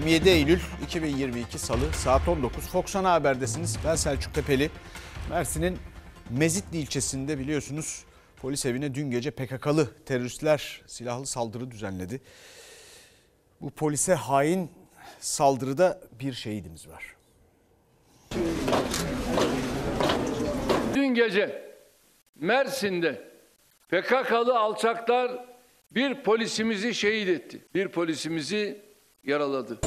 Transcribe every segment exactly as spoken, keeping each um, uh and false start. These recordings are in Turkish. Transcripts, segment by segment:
yirmi yedi Eylül iki bin yirmi iki Salı saat on dokuz Fox Ana Haber'desiniz. Ben Selçuk Tepeli. Mersin'in Mezitli ilçesinde biliyorsunuz polis evine dün gece P K K'lı teröristler silahlı saldırı düzenledi. Bu polise hain saldırıda bir şehidimiz var. Dün gece Mersin'de P K K'lı alçaklar bir polisimizi şehit etti. Bir polisimizi yaraladı.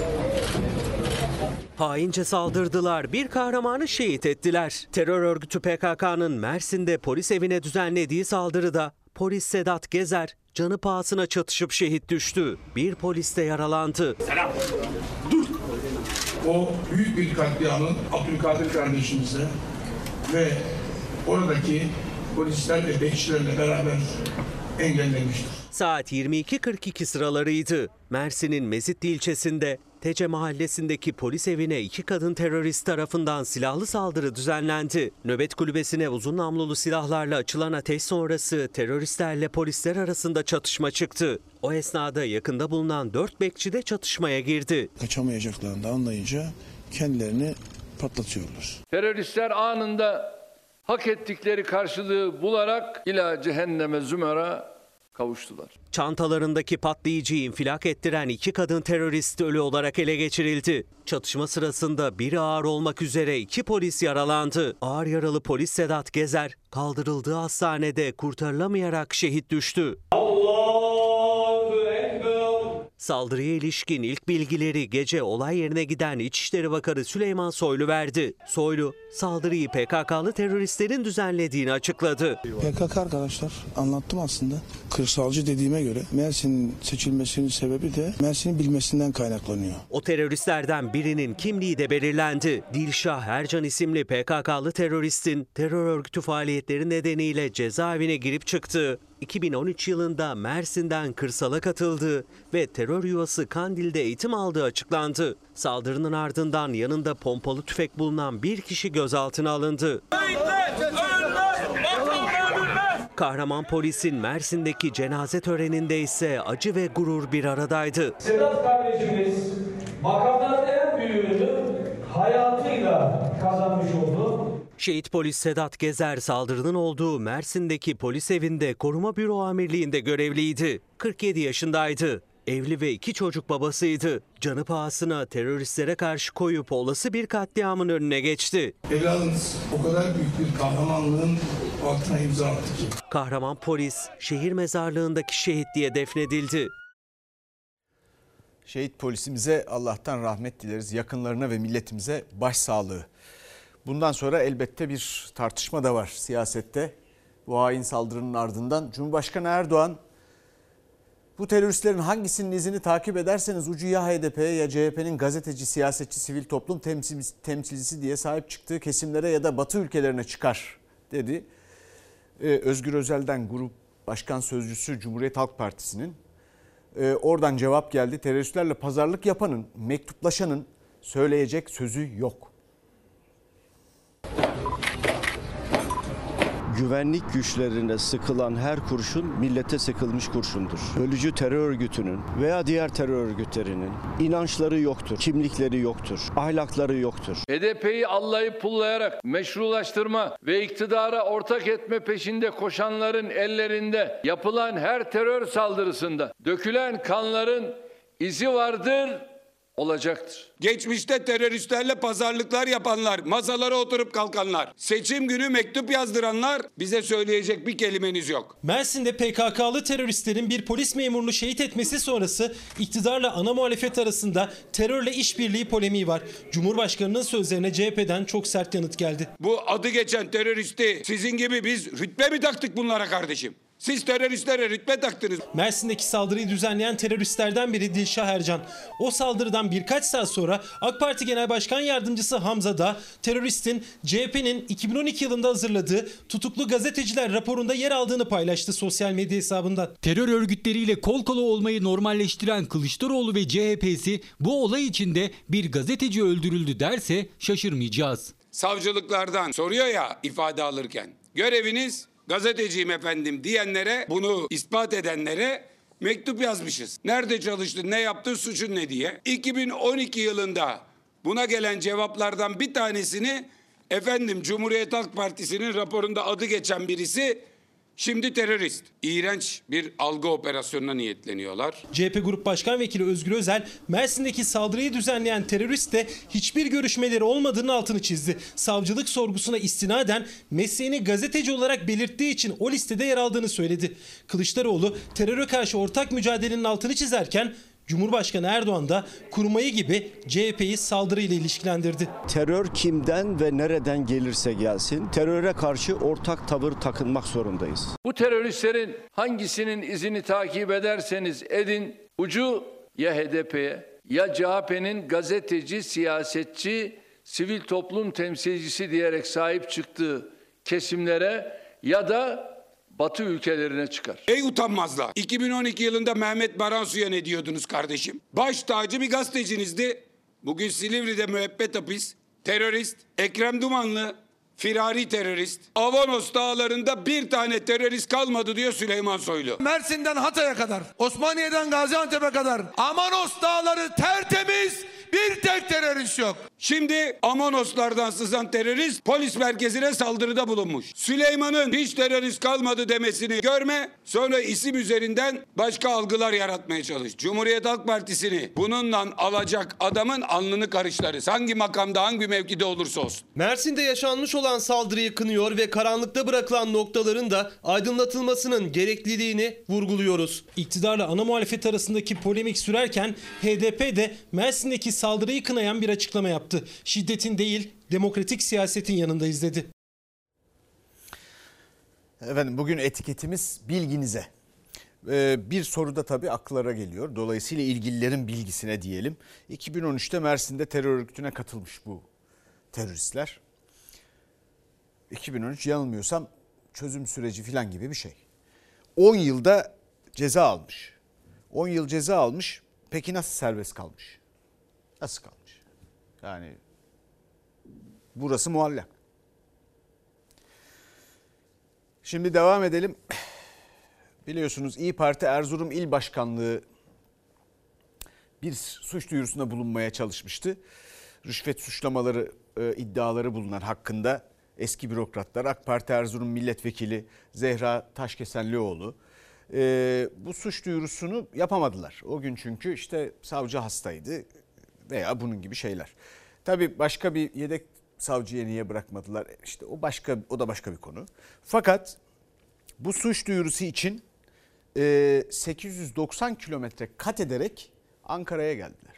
Haince saldırdılar, bir kahramanı şehit ettiler. Terör örgütü P K K'nın Mersin'de polis evine düzenlediği saldırıda polis Sedat Gezer canı pahasına çatışıp şehit düştü. Bir polis de yaralandı. Selam. Dur. O büyük bir katliamın Abdülkadir kardeşimize ve oradaki polisler ve bekçilerle beraber engellemiştir. Saat yirmi iki kırk iki sıralarıydı. Mersin'in Mezitli ilçesinde Tece mahallesindeki polis evine iki kadın terörist tarafından silahlı saldırı düzenlendi. Nöbet kulübesine uzun namlulu silahlarla açılan ateş sonrası teröristlerle polisler arasında çatışma çıktı. O esnada yakında bulunan dört bekçi de çatışmaya girdi. Kaçamayacaklarını da anlayınca kendilerini patlatıyorlar. Teröristler anında hak ettikleri karşılığı bularak ila cehenneme zümera kavuştular. Çantalarındaki patlayıcıyı infilak ettiren iki kadın terörist ölü olarak ele geçirildi. Çatışma sırasında biri ağır olmak üzere iki polis yaralandı. Ağır yaralı polis Sedat Gezer kaldırıldığı hastanede kurtarılamayarak şehit düştü. Saldırıya ilişkin ilk bilgileri gece olay yerine giden İçişleri Bakanı Süleyman Soylu verdi. Soylu, saldırıyı P K K'lı teröristlerin düzenlediğini açıkladı. P K K arkadaşlar, anlattım aslında. Kırsalcı dediğime göre Mersin'in seçilmesinin sebebi de Mersin'in bilmesinden kaynaklanıyor. O teröristlerden birinin kimliği de belirlendi. Dilşah Ercan isimli P K K'lı teröristin terör örgütü faaliyetleri nedeniyle cezaevine girip çıktığı, iki bin on üç yılında Mersin'den kırsala katıldığı ve terör yuvası Kandil'de eğitim aldığı açıklandı. Saldırının ardından yanında pompalı tüfek bulunan bir kişi gözaltına alındı. Kahraman polisin Mersin'deki cenaze töreninde ise acı ve gurur bir aradaydı. Sedat kardeşimiz makamların en büyüğünü hayatıyla kazanmış oldu. Şehit polis Sedat Gezer saldırının olduğu Mersin'deki polis evinde koruma büro amirliğinde görevliydi. kırk yedi yaşındaydı. Evli ve iki çocuk babasıydı. Canı pahasına teröristlere karşı koyup olası bir katliamın önüne geçti. Evladınız o kadar büyük bir kahramanlığın altına imza attı ki. Kahraman polis şehir mezarlığındaki şehit diye defnedildi. Şehit polisimize Allah'tan rahmet dileriz. Yakınlarına ve milletimize başsağlığı. Bundan sonra elbette bir tartışma da var siyasette. Bu hain saldırının ardından Cumhurbaşkanı Erdoğan, bu teröristlerin hangisinin izini takip ederseniz ucu ya H D P'ye ya C H P'nin gazeteci, siyasetçi, sivil toplum temsilcisi diye sahip çıktığı kesimlere ya da Batı ülkelerine çıkar dedi. Ee, Özgür Özel'den Grup Başkan Sözcüsü Cumhuriyet Halk Partisi'nin e, oradan cevap geldi. Teröristlerle pazarlık yapanın, mektuplaşanın söyleyecek sözü yok. Güvenlik güçlerine sıkılan her kurşun millete sıkılmış kurşundur. Bölücü terör örgütünün veya diğer terör örgütlerinin inançları yoktur, kimlikleri yoktur, ahlakları yoktur. H D P'yi allayıp pullayarak meşrulaştırma ve iktidara ortak etme peşinde koşanların ellerinde yapılan her terör saldırısında dökülen kanların izi vardır, olacaktır. Geçmişte teröristlerle pazarlıklar yapanlar, masalara oturup kalkanlar, seçim günü mektup yazdıranlar, bize söyleyecek bir kelimeniz yok. Mersin'de P K K'lı teröristlerin bir polis memurunu şehit etmesi sonrası iktidarla ana muhalefet arasında terörle işbirliği polemiği var. Cumhurbaşkanının sözlerine C H P'den çok sert yanıt geldi. Bu adı geçen teröristi sizin gibi biz rütbe mi taktık bunlara kardeşim? Siz teröristlere rütbe taktınız. Mersin'deki saldırıyı düzenleyen teröristlerden biri Dilşah Ercan. O saldırıdan birkaç saat sonra AK Parti Genel Başkan Yardımcısı Hamza Dağ, teröristin C H P'nin iki bin on iki yılında hazırladığı tutuklu gazeteciler raporunda yer aldığını paylaştı sosyal medya hesabından. Terör örgütleriyle kol kola olmayı normalleştiren Kılıçdaroğlu ve C H P'si bu olay içinde bir gazeteci öldürüldü derse şaşırmayacağız. Savcılıklardan soruyor ya ifade alırken, göreviniz gazeteciyim efendim diyenlere, bunu ispat edenlere mektup yazmışız. Nerede çalıştın, ne yaptın, suçun ne diye. iki bin on iki yılında buna gelen cevaplardan bir tanesini efendim Cumhuriyet Halk Partisi'nin raporunda adı geçen birisi şimdi terörist. İğrenç bir algı operasyonuna niyetleniyorlar. C H P Grup Başkan Vekili Özgür Özel, Mersin'deki saldırıyı düzenleyen teröristle hiçbir görüşmeleri olmadığının altını çizdi. Savcılık sorgusuna istinaden mesleğini gazeteci olarak belirttiği için o listede yer aldığını söyledi. Kılıçdaroğlu teröre karşı ortak mücadelenin altını çizerken Cumhurbaşkanı Erdoğan da kurmayı gibi C H P'yi saldırıyla ilişkilendirdi. Terör kimden ve nereden gelirse gelsin teröre karşı ortak tavır takınmak zorundayız. Bu teröristlerin hangisinin izini takip ederseniz edin, ucu ya H D P'ye ya C H P'nin gazeteci, siyasetçi, sivil toplum temsilcisi diyerek sahip çıktığı kesimlere ya da Batı ülkelerine çıkar. Ey utanmazlar. iki bin on iki yılında Mehmet Baransu'ya ne diyordunuz kardeşim? Baş tacı bir gazetecinizdi. Bugün Silivri'de müebbet hapis, terörist, Ekrem Dumanlı, firari terörist. Avanos dağlarında bir tane terörist kalmadı diyor Süleyman Soylu. Mersin'den Hatay'a kadar, Osmaniye'den Gaziantep'e kadar Amanos dağları tertemiz, bir tek terörist yok. Şimdi Amanoslardan sızan terörist polis merkezine saldırıda bulunmuş. Süleyman'ın hiç terörist kalmadı demesini görme, sonra isim üzerinden başka algılar yaratmaya çalış. Cumhuriyet Halk Partisi'ni bununla alacak adamın alnını karışlarız. Hangi makamda, hangi mevkide olursa olsun. Mersin'de yaşanmış olan saldırıyı kınıyor ve karanlıkta bırakılan noktaların da aydınlatılmasının gerekliliğini vurguluyoruz. İktidarla ana muhalefet arasındaki polemik sürerken H D P de Mersin'deki saldırıyı kınayan bir açıklama yaptı. Şiddetin değil, demokratik siyasetin yanındayız dedi. Efendim bugün etiketimiz bilginize. Ee, bir soru da tabii akıllara geliyor. Dolayısıyla ilgililerin bilgisine diyelim. iki bin on üçte Mersin'de terör örgütüne katılmış bu teröristler. iki bin on üç yanılmıyorsam çözüm süreci falan gibi bir şey. on yılda ceza almış. on yıl ceza almış. Peki nasıl serbest kalmış? Nasıl kalmış? Yani burası muallak. Şimdi devam edelim. Biliyorsunuz İYİ Parti Erzurum İl Başkanlığı bir suç duyurusunda bulunmaya çalışmıştı. Rüşvet suçlamaları e, iddiaları bulunan hakkında eski bürokratlar AK Parti Erzurum Milletvekili Zehra Taşkesenlioğlu e, bu suç duyurusunu yapamadılar. O gün çünkü işte savcı hastaydı veya bunun gibi şeyler. Tabii başka bir yedek savcıya niye bırakmadılar? İşte o başka, o da başka bir konu. Fakat bu suç duyurusu için e, sekiz yüz doksan kilometre kat ederek Ankara'ya geldiler.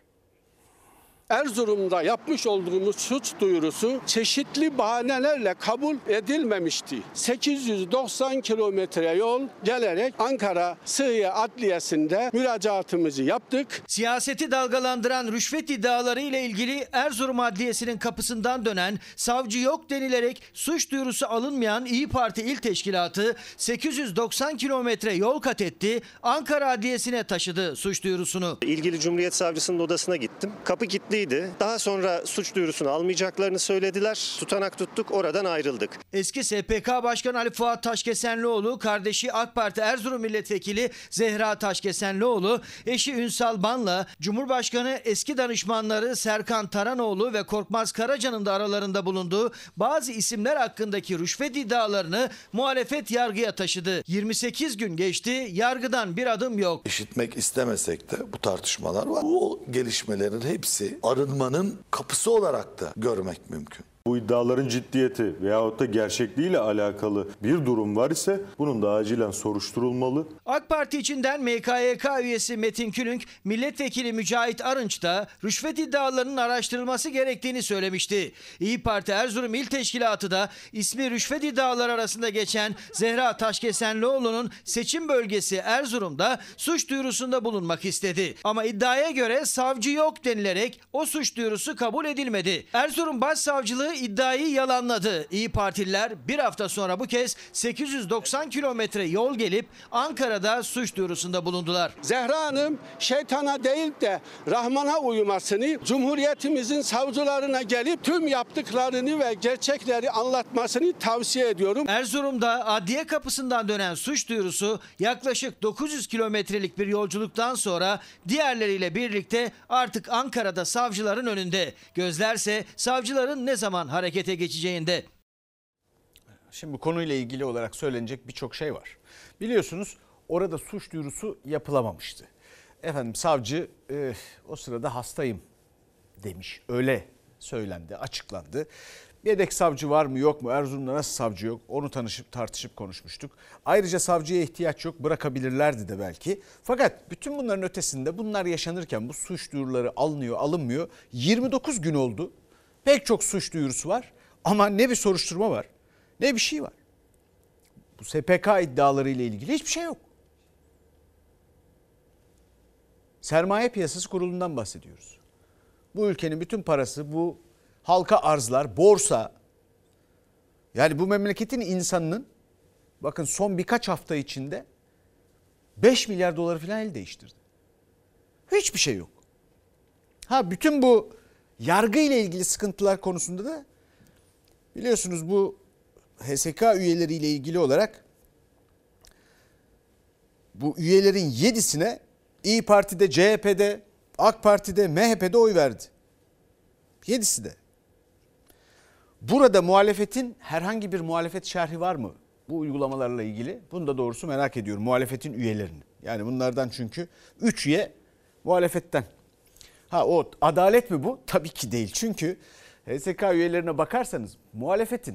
Erzurum'da yapmış olduğumuz suç duyurusu çeşitli bahanelerle kabul edilmemişti. sekiz yüz doksan kilometre yol gelerek Ankara Sıhhiye Adliyesi'nde müracaatımızı yaptık. Siyaseti dalgalandıran rüşvet iddiaları ile ilgili Erzurum Adliyesi'nin kapısından dönen savcı yok denilerek suç duyurusu alınmayan İYİ Parti İl Teşkilatı sekiz yüz doksan kilometre yol kat etti. Ankara Adliyesi'ne taşıdı suç duyurusunu. İlgili Cumhuriyet Savcısının odasına gittim. Kapı kilitliydi. Daha sonra suç duyurusunu almayacaklarını söylediler. Tutanak tuttuk, oradan ayrıldık. Eski S P K Başkanı Ali Fuat Taşkesenlioğlu, kardeşi AK Parti Erzurum Milletvekili Zehra Taşkesenlioğlu, eşi Ünsal Ban'la Cumhurbaşkanı eski danışmanları Serkan Taranoğlu ve Korkmaz Karaca'nın da aralarında bulunduğu bazı isimler hakkındaki rüşvet iddialarını muhalefet yargıya taşıdı. yirmi sekiz gün geçti, yargıdan bir adım yok. İşitmek istemesek de bu tartışmalar var. Bu gelişmelerin hepsi arınmanın kapısı olarak da görmek mümkün. Bu iddiaların ciddiyeti veyahut da gerçekliğiyle alakalı bir durum var ise bunun da acilen soruşturulmalı. AK Parti içinden M K Y K üyesi Metin Külünk, milletvekili Mücahit Arınç da rüşvet iddialarının araştırılması gerektiğini söylemişti. İYİ Parti Erzurum İl Teşkilatı da ismi rüşvet iddiaları arasında geçen Zehra Taşkesenlioğlu'nun seçim bölgesi Erzurum'da suç duyurusunda bulunmak istedi. Ama iddiaya göre savcı yok denilerek o suç duyurusu kabul edilmedi. Erzurum Başsavcılığı iddiayı yalanladı. İyi Partililer bir hafta sonra bu kez sekiz yüz doksan kilometre yol gelip Ankara'da suç duyurusunda bulundular. Zehra Hanım şeytana değil de Rahman'a uymasını, Cumhuriyetimizin savcılarına gelip tüm yaptıklarını ve gerçekleri anlatmasını tavsiye ediyorum. Erzurum'da adliye kapısından dönen suç duyurusu yaklaşık dokuz yüz kilometrelik bir yolculuktan sonra diğerleriyle birlikte artık Ankara'da savcıların önünde. Gözlerse savcıların ne zaman harekete geçeceğinde. Şimdi bu konuyla ilgili olarak söylenecek birçok şey var. Biliyorsunuz orada suç duyurusu yapılamamıştı. Efendim savcı e, o sırada hastayım demiş. Öyle söylendi, açıklandı. Yedek savcı var mı yok mu? Erzurum'da nasıl savcı yok? Onu tanışıp tartışıp konuşmuştuk. Ayrıca savcıya ihtiyaç yok, bırakabilirlerdi de belki. Fakat bütün bunların ötesinde bunlar yaşanırken bu suç duyuruları alınıyor, alınmıyor. yirmi dokuz gün oldu. Pek çok suç duyurusu var ama ne bir soruşturma var ne bir şey var. Bu S P K iddiaları ile ilgili hiçbir şey yok. Sermaye Piyasası Kurulu'ndan bahsediyoruz. Bu ülkenin bütün parası bu halka arzlar, borsa. Yani bu memleketin insanının bakın son birkaç hafta içinde beş milyar doları falan el değiştirdi. Hiçbir şey yok. Ha bütün bu yargı ile ilgili sıkıntılar konusunda da biliyorsunuz bu H S K üyeleri ile ilgili olarak bu üyelerin yedisine İyi Parti'de, C H P'de, AK Parti'de, M H P'de oy verdi. Yedisi de. Burada muhalefetin herhangi bir muhalefet şerhi var mı bu uygulamalarla ilgili? Bunu da doğrusu merak ediyorum muhalefetin üyelerinin. Yani bunlardan çünkü üç üye muhalefetten. Ha o adalet mi bu? Tabii ki değil. Çünkü H S K üyelerine bakarsanız muhalefetin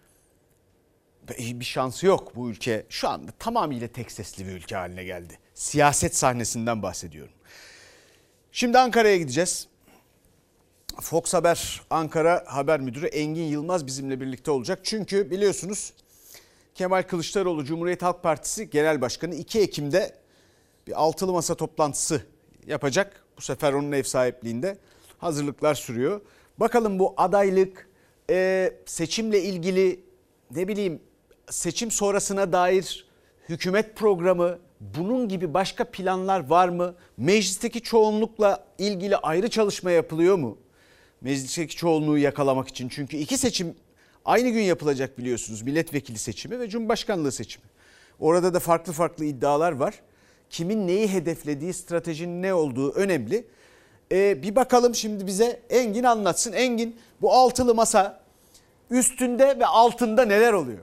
bir şansı yok bu ülke. Şu anda tamamıyla tek sesli bir ülke haline geldi. Siyaset sahnesinden bahsediyorum. Şimdi Ankara'ya gideceğiz. Fox Haber Ankara Haber Müdürü Engin Yılmaz bizimle birlikte olacak. Çünkü biliyorsunuz Kemal Kılıçdaroğlu Cumhuriyet Halk Partisi Genel Başkanı iki Ekim'de bir altılı masa toplantısı yapacak. Bu sefer onun ev sahipliğinde hazırlıklar sürüyor. Bakalım bu adaylık, e, seçimle ilgili ne bileyim seçim sonrasına dair hükümet programı, bunun gibi başka planlar var mı? Meclisteki çoğunlukla ilgili ayrı çalışma yapılıyor mu? Meclisteki çoğunluğu yakalamak için. Çünkü iki seçim aynı gün yapılacak biliyorsunuz. Milletvekili seçimi ve Cumhurbaşkanlığı seçimi. Orada da farklı farklı iddialar var. Kimin neyi hedeflediği, stratejinin ne olduğu önemli. Ee, bir bakalım şimdi bize Engin anlatsın. Engin, bu altılı masa üstünde ve altında neler oluyor?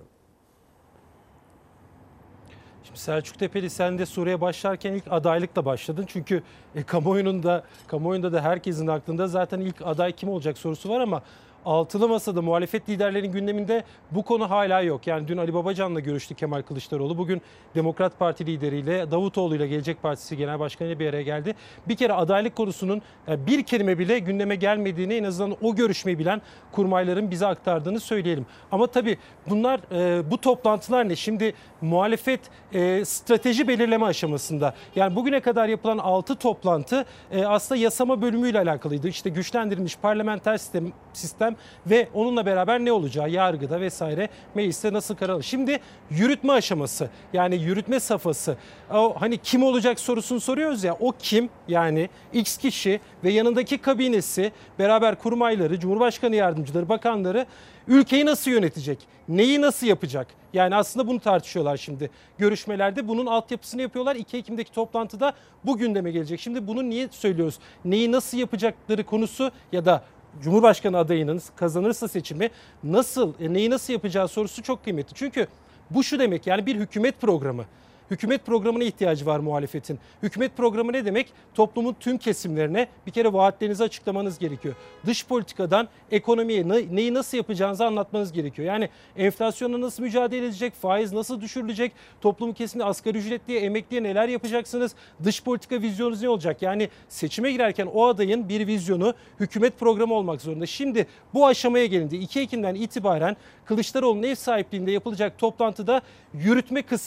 Şimdi Selçuk Tepeli, sen de Suriye başlarken ilk adaylıkla başladın. Çünkü e, kamuoyunun da, kamuoyunda da herkesin aklında zaten ilk aday kim olacak sorusu var ama altılı masada muhalefet liderlerinin gündeminde bu konu hala yok. Yani dün Ali Babacan'la görüştü Kemal Kılıçdaroğlu. Bugün Demokrat Parti lideriyle, Davutoğlu ile Gelecek Partisi Genel Başkanı ile bir araya geldi. Bir kere adaylık konusunun bir kelime bile gündeme gelmediğini, en azından o görüşmeyi bilen kurmayların bize aktardığını söyleyelim. Ama tabii bunlar, bu toplantılar ne? Şimdi muhalefet strateji belirleme aşamasında. Yani bugüne kadar yapılan altı toplantı aslında yasama bölümüyle alakalıydı. İşte güçlendirilmiş parlamenter sistem, sistem ve onunla beraber ne olacağı, yargıda vesaire, mecliste nasıl karar alır. Şimdi yürütme aşaması, yani yürütme safhası. O hani kim olacak sorusunu soruyoruz ya, o kim? Yani X kişi ve yanındaki kabinesi, beraber kurmayları, Cumhurbaşkanı yardımcıları, bakanları ülkeyi nasıl yönetecek? Neyi nasıl yapacak? Yani aslında bunu tartışıyorlar şimdi. Görüşmelerde bunun altyapısını yapıyorlar. iki Ekim'deki toplantıda bu gündeme gelecek. Şimdi bunu niye söylüyoruz? Neyi nasıl yapacakları konusu ya da Cumhurbaşkanı adayının kazanırsa seçimi nasıl, neyi nasıl yapacağı sorusu çok kıymetli. Çünkü bu şu demek, yani bir hükümet programı. Hükümet programına ihtiyacı var muhalefetin. Hükümet programı ne demek? Toplumun tüm kesimlerine bir kere vaatlerinizi açıklamanız gerekiyor. Dış politikadan ekonomiye neyi nasıl yapacağınızı anlatmanız gerekiyor. Yani enflasyonla nasıl mücadele edecek, faiz nasıl düşürülecek, toplumun kesiminde asgari ücretliye, emekliye neler yapacaksınız, dış politika vizyonunuz ne olacak? Yani seçime girerken o adayın bir vizyonu, hükümet programı olmak zorunda. Şimdi bu aşamaya gelindi. iki Ekim'den itibaren Kılıçdaroğlu'nun ev sahipliğinde yapılacak toplantıda yürütme kısmı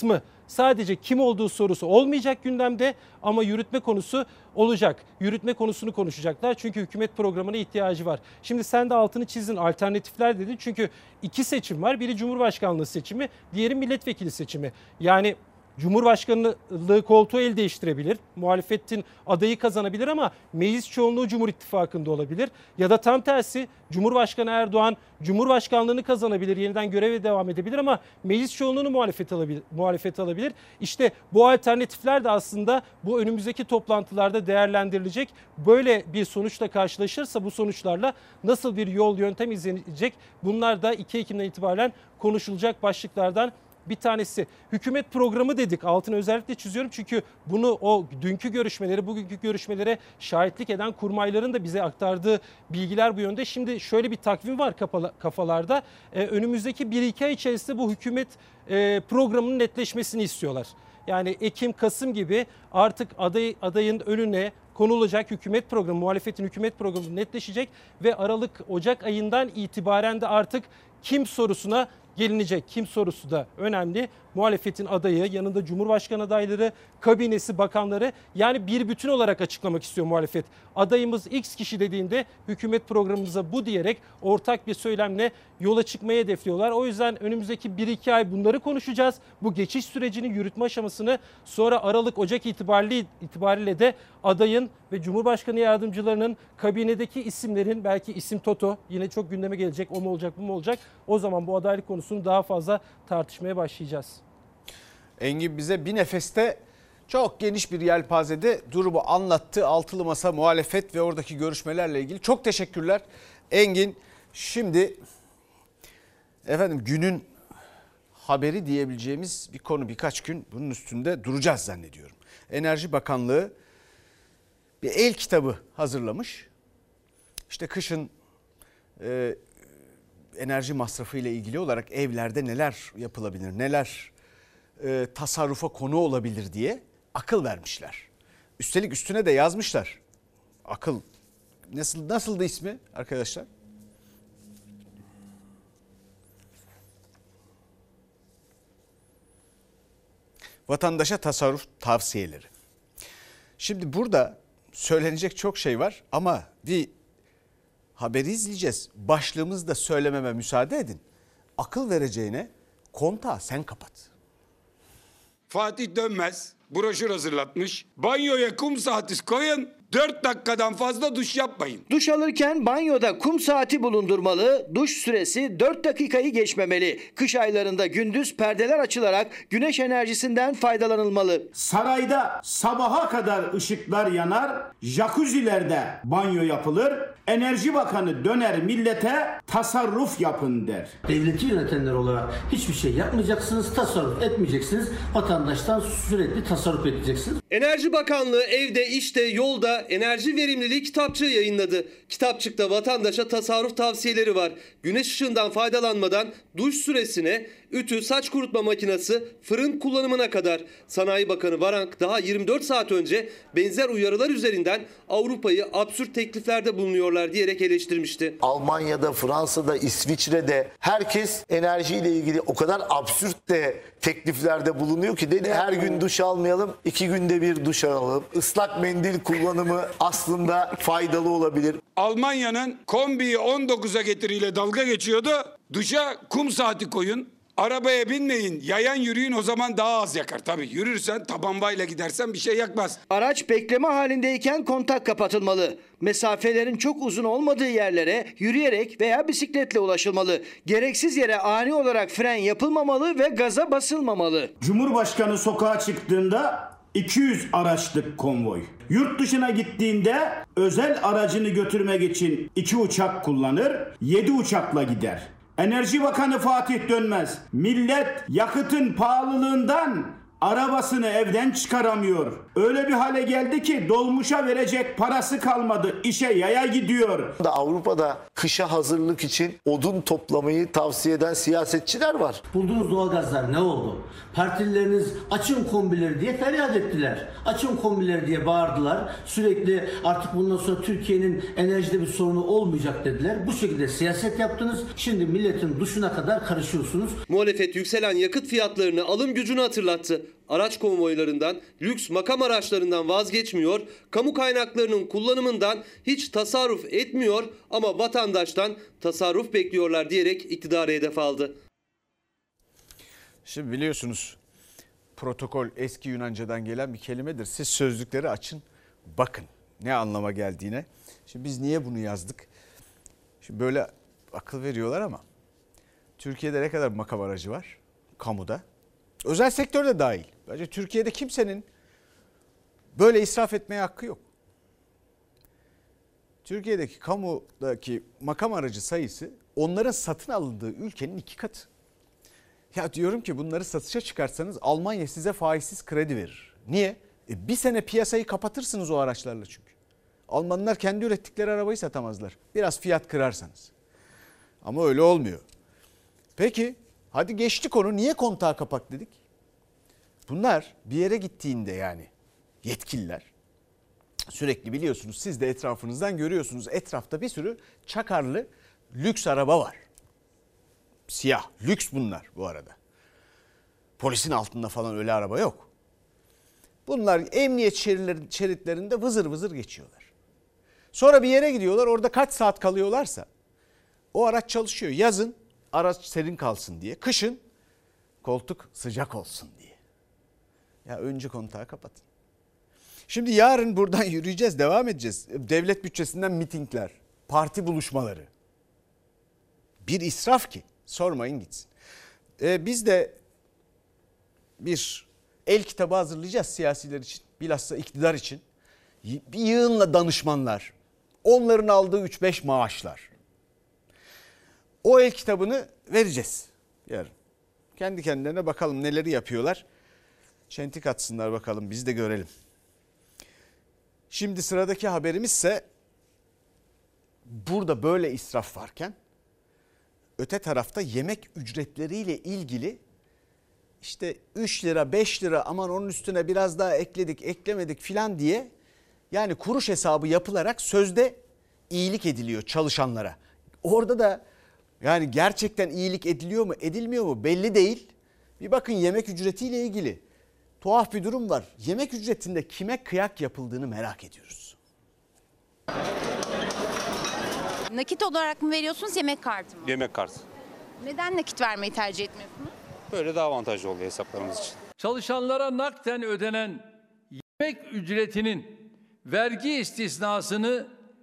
Sadece kim olduğu sorusu olmayacak gündemde ama yürütme konusu olacak. Yürütme konusunu konuşacaklar çünkü hükümet programına ihtiyacı var. Şimdi sen de altını çizdin, alternatifler dedin. Çünkü iki seçim var. Biri Cumhurbaşkanlığı seçimi, diğeri milletvekili seçimi. Yani Cumhurbaşkanlığı koltuğu el değiştirebilir. Muhalefetin adayı kazanabilir ama meclis çoğunluğu Cumhur İttifakı'nda olabilir. Ya da tam tersi Cumhurbaşkanı Erdoğan Cumhurbaşkanlığını kazanabilir, yeniden göreve devam edebilir ama meclis çoğunluğunu muhalefet alabilir. Muhalefet alabilir. İşte bu alternatifler de aslında bu önümüzdeki toplantılarda değerlendirilecek. Böyle bir sonuçla karşılaşırsa bu sonuçlarla nasıl bir yol yöntem izlenecek? Bunlar da iki Ekim'den itibaren konuşulacak başlıklardan bir tanesi. Hükümet programı dedik. Altını özellikle çiziyorum çünkü bunu o dünkü görüşmeleri, bugünkü görüşmelere şahitlik eden kurmayların da bize aktardığı bilgiler bu yönde. Şimdi şöyle bir takvim var kafalarda. Ee, önümüzdeki bir iki ay içerisinde bu hükümet e, programının netleşmesini istiyorlar. Yani Ekim, Kasım gibi artık aday, adayın önüne konulacak hükümet programı, muhalefetin hükümet programı netleşecek ve Aralık, Ocak ayından itibaren de artık kim sorusuna gelinecek. Kim sorusu da önemli. Muhalefetin adayı, yanında Cumhurbaşkanı adayları, kabinesi, bakanları, yani bir bütün olarak açıklamak istiyor muhalefet. Adayımız X kişi dediğinde hükümet programımıza bu diyerek ortak bir söylemle yola çıkmayı hedefliyorlar. O yüzden önümüzdeki bir iki ay bunları konuşacağız. Bu geçiş sürecini, yürütme aşamasını, sonra Aralık, Ocak itibariyle, itibariyle de adayın ve Cumhurbaşkanı yardımcılarının, kabinedeki isimlerin, belki isim Toto yine çok gündeme gelecek, o mu olacak bu mu olacak. O zaman bu adaylık konusunu daha fazla tartışmaya başlayacağız. Engin bize bir nefeste çok geniş bir yelpazede durumu anlattı. Altılı Masa, muhalefet ve oradaki görüşmelerle ilgili. Çok teşekkürler Engin. Şimdi efendim günün haberi diyebileceğimiz bir konu, birkaç gün bunun üstünde duracağız zannediyorum. Enerji Bakanlığı bir el kitabı hazırlamış. İşte kışın e, enerji masrafı ile ilgili olarak evlerde neler yapılabilir, neler e, tasarrufa konu olabilir diye akıl vermişler. Üstelik üstüne de yazmışlar. Akıl nasıl nasıldı ismi arkadaşlar? Vatandaşa tasarruf tavsiyeleri. Şimdi burada söylenecek çok şey var ama bir haberi izleyeceğiz. Başlığımızı da söylememe müsaade edin. Akıl vereceğine kontağı sen kapat. Fatih Dönmez broşür hazırlatmış. Banyoya kum saati koyun, dört dakikadan fazla duş yapmayın. Duş alırken banyoda kum saati bulundurmalı, duş süresi dört dakikayı geçmemeli. Kış aylarında gündüz perdeler açılarak güneş enerjisinden faydalanılmalı. Sarayda sabaha kadar ışıklar yanar, jacuzzi'lerde banyo yapılır. Enerji Bakanı döner millete tasarruf yapın der. Devleti yönetenler olarak hiçbir şey yapmayacaksınız, tasarruf etmeyeceksiniz. Vatandaştan sürekli tasarruf edeceksiniz. Enerji Bakanlığı evde, işte, yolda enerji verimliliği kitapçığı yayınladı. Kitapçıkta vatandaşa tasarruf tavsiyeleri var. Güneş ışığından faydalanmadan duş süresine, ütü, saç kurutma makinesi, fırın kullanımına kadar. Sanayi Bakanı Varank daha yirmi dört saat önce benzer uyarılar üzerinden Avrupa'yı absürt tekliflerde bulunuyorlar diyerek eleştirmişti. Almanya'da, Fransa'da, İsviçre'de herkes enerjiyle ilgili o kadar absürt de tekliflerde bulunuyor ki dedi her gün duş almayalım, iki günde bir duş alalım. Islak mendil kullanımı aslında faydalı olabilir. Almanya'nın kombiyi on dokuza getiriyle dalga geçiyordu. Duşa kum saati koyun. Arabaya binmeyin, yayan yürüyün, o zaman daha az yakar. Tabii yürürsen, tabanbayla gidersen bir şey yakmaz. Araç bekleme halindeyken kontak kapatılmalı. Mesafelerin çok uzun olmadığı yerlere yürüyerek veya bisikletle ulaşılmalı. Gereksiz yere ani olarak fren yapılmamalı ve gaza basılmamalı. Cumhurbaşkanı sokağa çıktığında iki yüz araçlık konvoy. Yurt dışına gittiğinde özel aracını götürmek için iki uçak kullanır, yedi uçakla gider. Enerji Bakanı Fatih Dönmez, millet yakıtın pahalılığından arabasını evden çıkaramıyor. Öyle bir hale geldi ki dolmuşa verecek parası kalmadı. İşe yaya gidiyor. Avrupa'da kışa hazırlık için odun toplamayı tavsiye eden siyasetçiler var. Bulduğunuz doğalgazlar ne oldu? Partilileriniz açın kombileri diye feryat ettiler. Açın kombileri diye bağırdılar. Sürekli artık bundan sonra Türkiye'nin enerjide bir sorunu olmayacak dediler. Bu şekilde siyaset yaptınız. Şimdi milletin duşuna kadar karışıyorsunuz. Muhalefet yükselen yakıt fiyatlarını, alım gücünü hatırlattı. Araç konvoylarından, lüks makam araçlarından vazgeçmiyor, kamu kaynaklarının kullanımından hiç tasarruf etmiyor ama vatandaştan tasarruf bekliyorlar diyerek iktidarı hedef aldı. Şimdi biliyorsunuz protokol eski Yunanca'dan gelen bir kelimedir. Siz sözlükleri açın, bakın ne anlama geldiğine. Şimdi biz niye bunu yazdık? Şimdi böyle akıl veriyorlar ama Türkiye'de ne kadar makam aracı var? Kamuda. Özel sektörde dahil. Bence Türkiye'de kimsenin böyle israf etmeye hakkı yok. Türkiye'deki kamudaki makam aracı sayısı onların satın alındığı ülkenin iki katı. Ya diyorum ki bunları satışa çıkarsanız Almanya size faizsiz kredi verir. Niye? E bir sene piyasayı kapatırsınız o araçlarla çünkü. Almanlar kendi ürettikleri arabayı satamazlar. Biraz fiyat kırarsanız. Ama öyle olmuyor. Peki hadi geçtik onu, niye kontağı kapak dedik? Bunlar bir yere gittiğinde yani yetkililer sürekli biliyorsunuz, siz de etrafınızdan görüyorsunuz, etrafta bir sürü çakarlı lüks araba var. Siyah lüks bunlar bu arada. Polisin altında falan öyle araba yok. Bunlar emniyet şeritlerinde vızır vızır geçiyorlar. Sonra bir yere gidiyorlar, orada kaç saat kalıyorlarsa o araç çalışıyor. Yazın araç serin kalsın diye, kışın koltuk sıcak olsun diye. Ya önce kontağı kapatın. Şimdi yarın buradan yürüyeceğiz, devam edeceğiz. Devlet bütçesinden mitingler, parti buluşmaları. Bir israf ki sormayın gitsin. Ee, biz de bir el kitabı hazırlayacağız siyasiler için, bilhassa iktidar için. Bir yığınla danışmanlar, onların aldığı üç beş maaşlar. O el kitabını vereceğiz yarın. Kendi kendilerine bakalım neleri yapıyorlar. Çentik atsınlar bakalım, biz de görelim. Şimdi sıradaki haberimiz ise burada böyle israf varken öte tarafta yemek ücretleriyle ilgili işte üç lira beş lira aman onun üstüne biraz daha ekledik eklemedik filan diye yani kuruş hesabı yapılarak sözde iyilik ediliyor çalışanlara. Orada da yani gerçekten iyilik ediliyor mu edilmiyor mu belli değil. Bir bakın yemek ücretiyle ilgili tuhaf bir durum var. Yemek ücretinde kime kıyak yapıldığını merak ediyoruz. Nakit olarak mı veriyorsunuz, yemek kartı mı? Yemek kartı. Neden nakit vermeyi tercih etmiyorsunuz? Böyle daha avantajlı oluyor hesaplarımız için. Çalışanlara nakden ödenen yemek ücretinin vergi istisnasını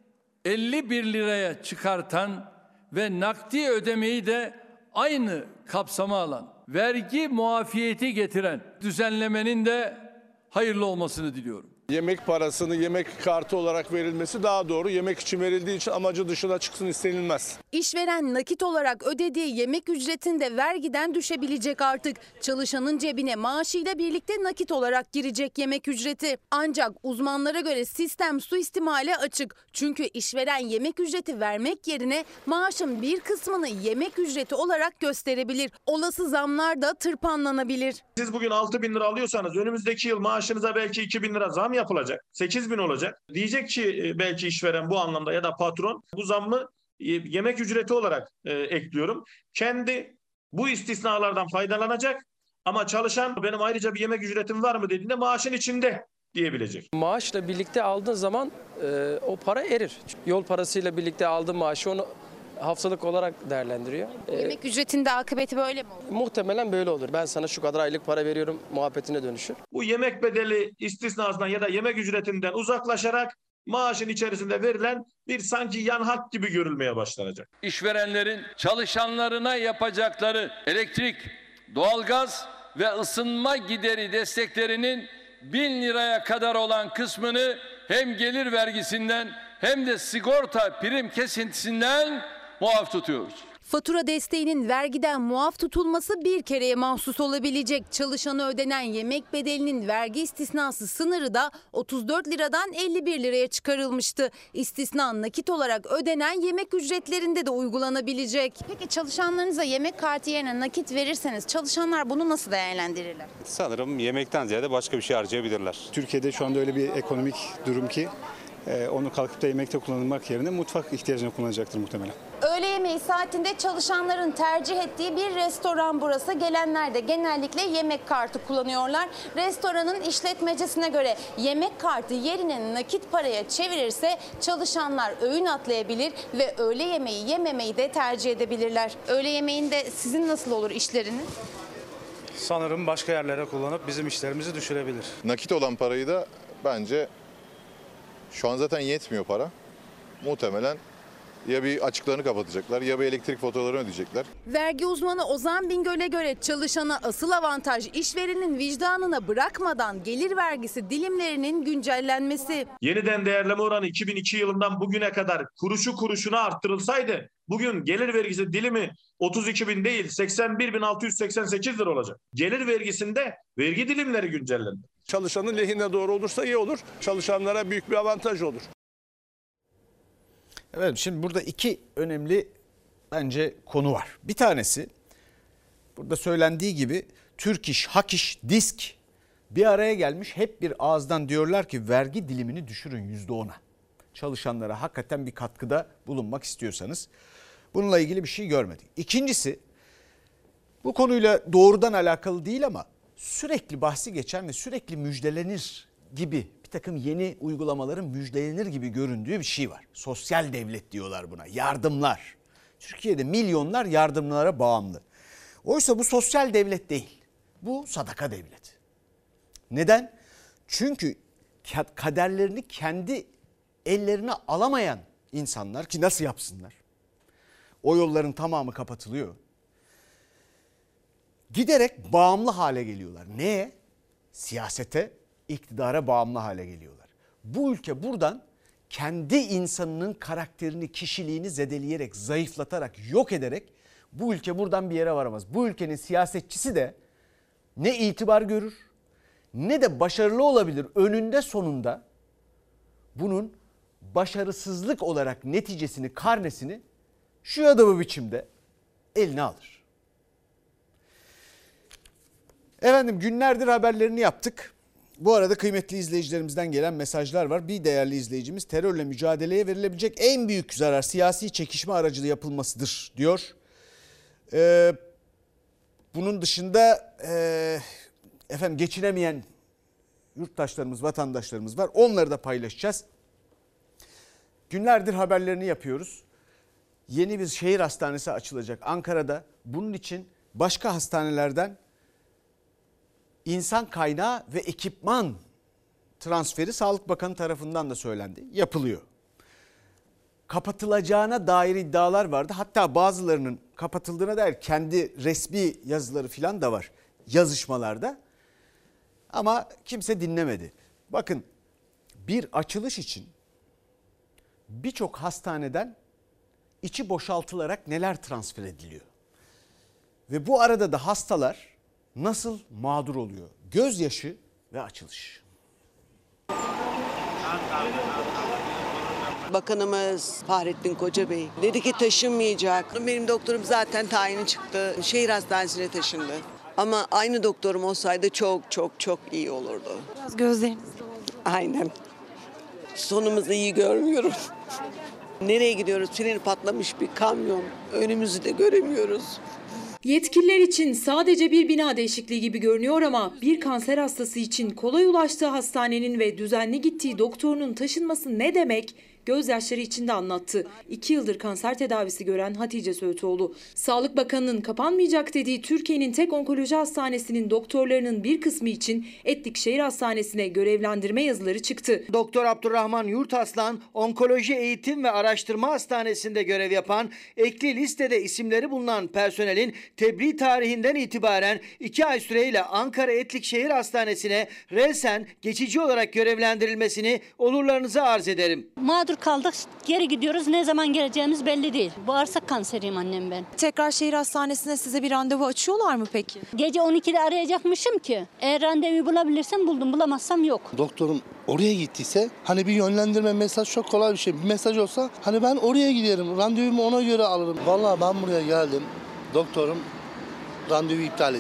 elli bir liraya çıkartan ve nakdi ödemeyi de aynı kapsama alan, vergi muafiyeti getiren düzenlemenin de hayırlı olmasını diliyorum. Yemek parasını yemek kartı olarak verilmesi daha doğru. Yemek için verildiği için amacı dışına çıksın istenilmez. İşveren nakit olarak ödediği yemek ücretinde vergiden düşebilecek artık. Çalışanın cebine maaşıyla birlikte nakit olarak girecek yemek ücreti. Ancak uzmanlara göre sistem suistimale açık. Çünkü işveren yemek ücreti vermek yerine maaşın bir kısmını yemek ücreti olarak gösterebilir. Olası zamlar da tırpanlanabilir. Siz bugün altı bin lira alıyorsanız önümüzdeki yıl maaşınıza belki iki bin lira zam yapılacak. sekiz bin olacak. Diyecek ki belki işveren bu anlamda ya da patron bu zammı yemek ücreti olarak e, ekliyorum. Kendi bu istisnalardan faydalanacak ama çalışan benim ayrıca bir yemek ücretim var mı dediğinde maaşın içinde diyebilecek. Maaşla birlikte aldığın zaman e, o para erir. Yol parasıyla birlikte aldığın maaşı onu haftalık olarak değerlendiriyor. Yemek ee, ücretinde akıbeti böyle mi olur? Muhtemelen böyle olur. Ben sana şu kadar aylık para veriyorum muhabbetine dönüşür. Bu yemek bedeli istisnasından ya da yemek ücretinden uzaklaşarak maaşın içerisinde verilen bir sanki yan hak gibi görülmeye başlanacak. İşverenlerin çalışanlarına yapacakları elektrik, doğalgaz ve ısınma gideri desteklerinin bin liraya kadar olan kısmını hem gelir vergisinden hem de sigorta prim kesintisinden muaf tutuyoruz. Fatura desteğinin vergiden muaf tutulması bir kereye mahsus olabilecek. Çalışana ödenen yemek bedelinin vergi istisnası sınırı da otuz dört liradan elli bir liraya çıkarılmıştı. İstisna nakit olarak ödenen yemek ücretlerinde de uygulanabilecek. Peki çalışanlarınıza yemek kartı yerine nakit verirseniz çalışanlar bunu nasıl değerlendirirler? Sanırım yemekten ziyade başka bir şey harcayabilirler. Türkiye'de şu anda öyle bir ekonomik durum ki onu kalkıp da yemekte kullanılmak yerine mutfak ihtiyacını kullanacaktır muhtemelen. Öğle yemeği saatinde çalışanların tercih ettiği bir restoran burası. Gelenler de genellikle yemek kartı kullanıyorlar. Restoranın işletmecisine göre yemek kartı yerine nakit paraya çevirirse çalışanlar öğün atlayabilir ve öğle yemeği yememeyi de tercih edebilirler. Öğle yemeğinde sizin nasıl olur işleriniz? Sanırım başka yerlere kullanıp bizim işlerimizi düşürebilir. Nakit olan parayı da bence şu an zaten yetmiyor para. Muhtemelen ya bir açıklarını kapatacaklar ya bir elektrik faturalarını ödeyecekler. Vergi uzmanı Ozan Bingöl'e göre çalışana asıl avantaj işverenin vicdanına bırakmadan gelir vergisi dilimlerinin güncellenmesi. Yeniden değerleme oranı iki bin iki yılından bugüne kadar kuruşu kuruşuna arttırılsaydı bugün gelir vergisi dilimi otuz iki bin değil seksen bir bin altı yüz seksen sekiz lira olacak. Gelir vergisinde vergi dilimleri güncellendi. Çalışanın lehine doğru olursa iyi olur. Çalışanlara büyük bir avantaj olur. Evet, şimdi burada iki önemli bence konu var. Bir tanesi burada söylendiği gibi Türk İş, Hak İş, Disk bir araya gelmiş, hep bir ağızdan diyorlar ki vergi dilimini düşürün yüzde ona. Çalışanlara hakikaten bir katkıda bulunmak istiyorsanız. Bununla ilgili bir şey görmedik. İkincisi, bu konuyla doğrudan alakalı değil ama sürekli bahsi geçen ve sürekli müjdelenir gibi bir takım yeni uygulamaların müjdelenir gibi göründüğü bir şey var. Sosyal devlet diyorlar buna, yardımlar. Türkiye'de milyonlar yardımlara bağımlı. Oysa bu sosyal devlet değil, bu sadaka devleti. Neden? Çünkü kaderlerini kendi ellerine alamayan insanlar, ki nasıl yapsınlar? O yolların tamamı kapatılıyor. Giderek bağımlı hale geliyorlar. Neye? Siyasete, iktidara bağımlı hale geliyorlar. Bu ülke buradan kendi insanının karakterini, kişiliğini zedeleyerek, zayıflatarak, yok ederek bu ülke buradan bir yere varamaz. Bu ülkenin siyasetçisi de ne itibar görür ne de başarılı olabilir. Önünde sonunda bunun başarısızlık olarak neticesini, karnesini şu ya da bu biçimde eline alır. Efendim, günlerdir haberlerini yaptık. Bu arada kıymetli izleyicilerimizden gelen mesajlar var. Bir değerli izleyicimiz, terörle mücadeleye verilebilecek en büyük zarar siyasi çekişme aracılığı yapılmasıdır diyor. Ee, bunun dışında e, efendim geçinemeyen yurttaşlarımız, vatandaşlarımız var. Onları da paylaşacağız. Günlerdir haberlerini yapıyoruz. Yeni bir şehir hastanesi açılacak Ankara'da. Bunun için başka hastanelerden İnsan kaynağı ve ekipman transferi Sağlık Bakanı tarafından da söylendi. Yapılıyor. Kapatılacağına dair iddialar vardı. Hatta bazılarının kapatıldığına dair kendi resmi yazıları falan da var yazışmalarda. Ama kimse dinlemedi. Bakın, bir açılış için birçok hastaneden içi boşaltılarak neler transfer ediliyor. Ve bu arada da hastalar nasıl mağdur oluyor? Gözyaşı ve açılış. Bakanımız Fahrettin Koca Bey dedi ki taşınmayacak. Benim doktorum zaten tayini çıktı. Şehir hastanesine taşındı. Ama aynı doktorum olsaydı çok çok çok iyi olurdu. Biraz gözleriniz doldu. Aynen. Sonumuzu iyi görmüyorum. Nereye gidiyoruz? Freni patlamış bir kamyon. Önümüzü de göremiyoruz. Yetkililer için sadece bir bina değişikliği gibi görünüyor ama bir kanser hastası için kolay ulaştığı hastanenin ve düzenli gittiği doktorunun taşınması ne demek? Gözyaşları içinde anlattı. İki yıldır kanser tedavisi gören Hatice Söğütoğlu. Sağlık Bakanı'nın kapanmayacak dediği Türkiye'nin tek onkoloji hastanesinin doktorlarının bir kısmı için Etlik Şehir Hastanesi'ne görevlendirme yazıları çıktı. Doktor Abdurrahman Yurtaslan, Onkoloji Eğitim ve Araştırma Hastanesi'nde görev yapan, ekli listede isimleri bulunan personelin tebliğ tarihinden itibaren iki ay süreyle Ankara Etlik Şehir Hastanesi'ne resen geçici olarak görevlendirilmesini olurlarınıza arz ederim. Mağdur kaldık, geri gidiyoruz. Ne zaman geleceğimiz belli değil. Bağırsak kanseriyim annem ben. Tekrar şehir hastanesine size bir randevu açıyorlar mı peki? Gece on ikide arayacakmışım ki. Eğer randevu bulabilirsem buldum, bulamazsam yok. Doktorum oraya gittiyse hani bir yönlendirme, mesaj çok kolay bir şey. Bir mesaj olsa hani ben oraya giderim, randevumu ona göre alırım. Vallahi ben buraya geldim, doktorum randevu iptal edildi.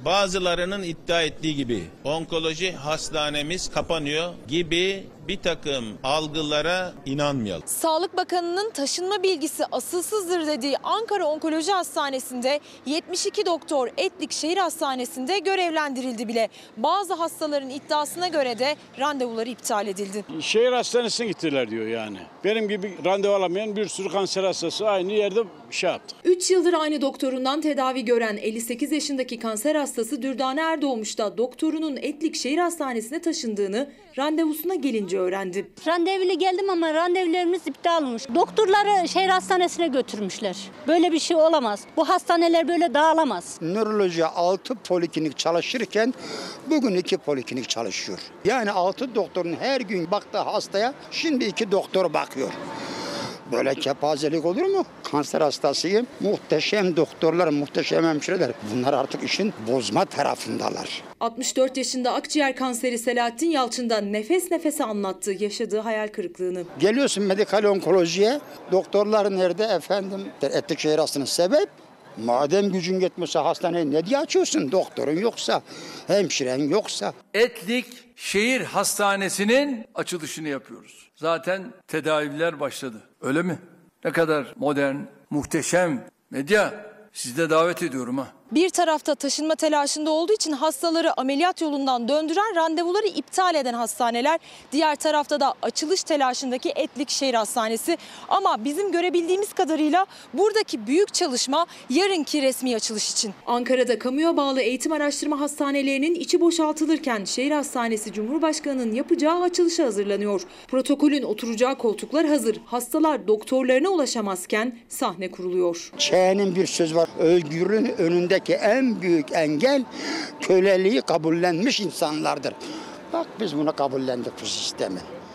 bazılarının iddia ettiği gibi onkoloji hastanemiz kapanıyor gibi bir takım algılara inanmayalım. Sağlık Bakanı'nın taşınma bilgisi asılsızdır dediği Ankara Onkoloji Hastanesi'nde yetmiş iki doktor Etlik Şehir Hastanesi'nde görevlendirildi bile. Bazı hastaların iddiasına göre de randevuları iptal edildi. Şehir hastanesine gittiler diyor yani. Benim gibi randevu alamayan bir sürü kanser hastası aynı yerde şey yaptı. üç yıldır aynı doktorundan tedavi gören elli sekiz yaşındaki kanser hastası Dürdane Erdoğmuş da doktorunun Etlik Şehir Hastanesi'ne taşındığını randevusuna gelince öğrendi. Randevulu geldim ama randevularımız iptal olmuş. Doktorları şehir hastanesine götürmüşler. Böyle bir şey olamaz. Bu hastaneler böyle dağılamaz. Nöroloji altı poliklinik çalışırken bugün iki poliklinik çalışıyor. Yani altı doktorun her gün baktığı hastaya şimdi iki doktor bakıyor. Böyle kepazelik olur mu? Kanser hastasıyım. Muhteşem doktorlar, muhteşem hemşireler. Bunlar artık işin bozma tarafındalar. altmış dört yaşında akciğer kanseri Selahattin Yalçın da nefes nefese anlattı yaşadığı hayal kırıklığını. Geliyorsun medikal onkolojiye. Doktorlar nerede efendim? Etlik Şehir Hastanesi sebep. Madem gücün yetmiyorsa hastaneyi ne diye açıyorsun? Doktorun yoksa, hemşiren yoksa. Etlik Şehir Hastanesi'nin açılışını yapıyoruz. Zaten tedaviler başladı. Öyle mi? Ne kadar modern, muhteşem. Medya, sizi de davet ediyorum ha. Bir tarafta taşınma telaşında olduğu için hastaları ameliyat yolundan döndüren, randevuları iptal eden hastaneler. Diğer tarafta da açılış telaşındaki Etlik Şehir Hastanesi. Ama bizim görebildiğimiz kadarıyla buradaki büyük çalışma yarınki resmi açılış için. Ankara'da kamuya bağlı eğitim araştırma hastanelerinin içi boşaltılırken şehir hastanesi Cumhurbaşkanı'nın yapacağı açılışa hazırlanıyor. Protokolün oturacağı koltuklar hazır. Hastalar doktorlarına ulaşamazken sahne kuruluyor. Çe'nin bir söz var. Özgürlüğün önünde ki en büyük engel köleliği kabullenmiş insanlardır. Bak biz bunu kabullendik bu sistemi.